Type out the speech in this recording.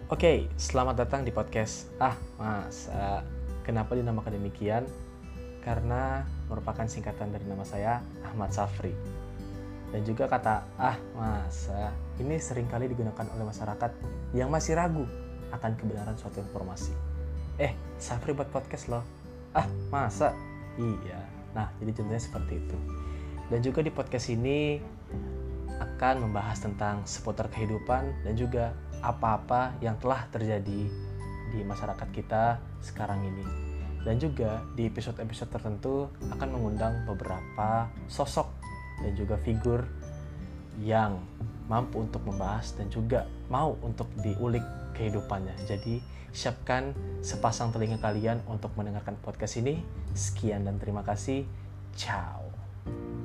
Oke, selamat datang di podcast. Kenapa dinamakan demikian? Karena merupakan singkatan dari nama saya, Ahmad Safri. Dan juga kata ini seringkali digunakan oleh masyarakat yang masih ragu akan kebenaran suatu informasi. Safri buat podcast loh. Masa? Iya. Nah, jadi contohnya seperti itu. Dan juga di podcast ini akan membahas tentang seputar kehidupan dan juga apa-apa yang telah terjadi di masyarakat kita sekarang ini. Dan juga di episode-episode tertentu akan mengundang beberapa sosok dan juga figur yang mampu untuk membahas dan juga mau untuk diulik kehidupannya. Jadi siapkan sepasang telinga kalian untuk mendengarkan podcast ini. Sekian dan terima kasih. Ciao.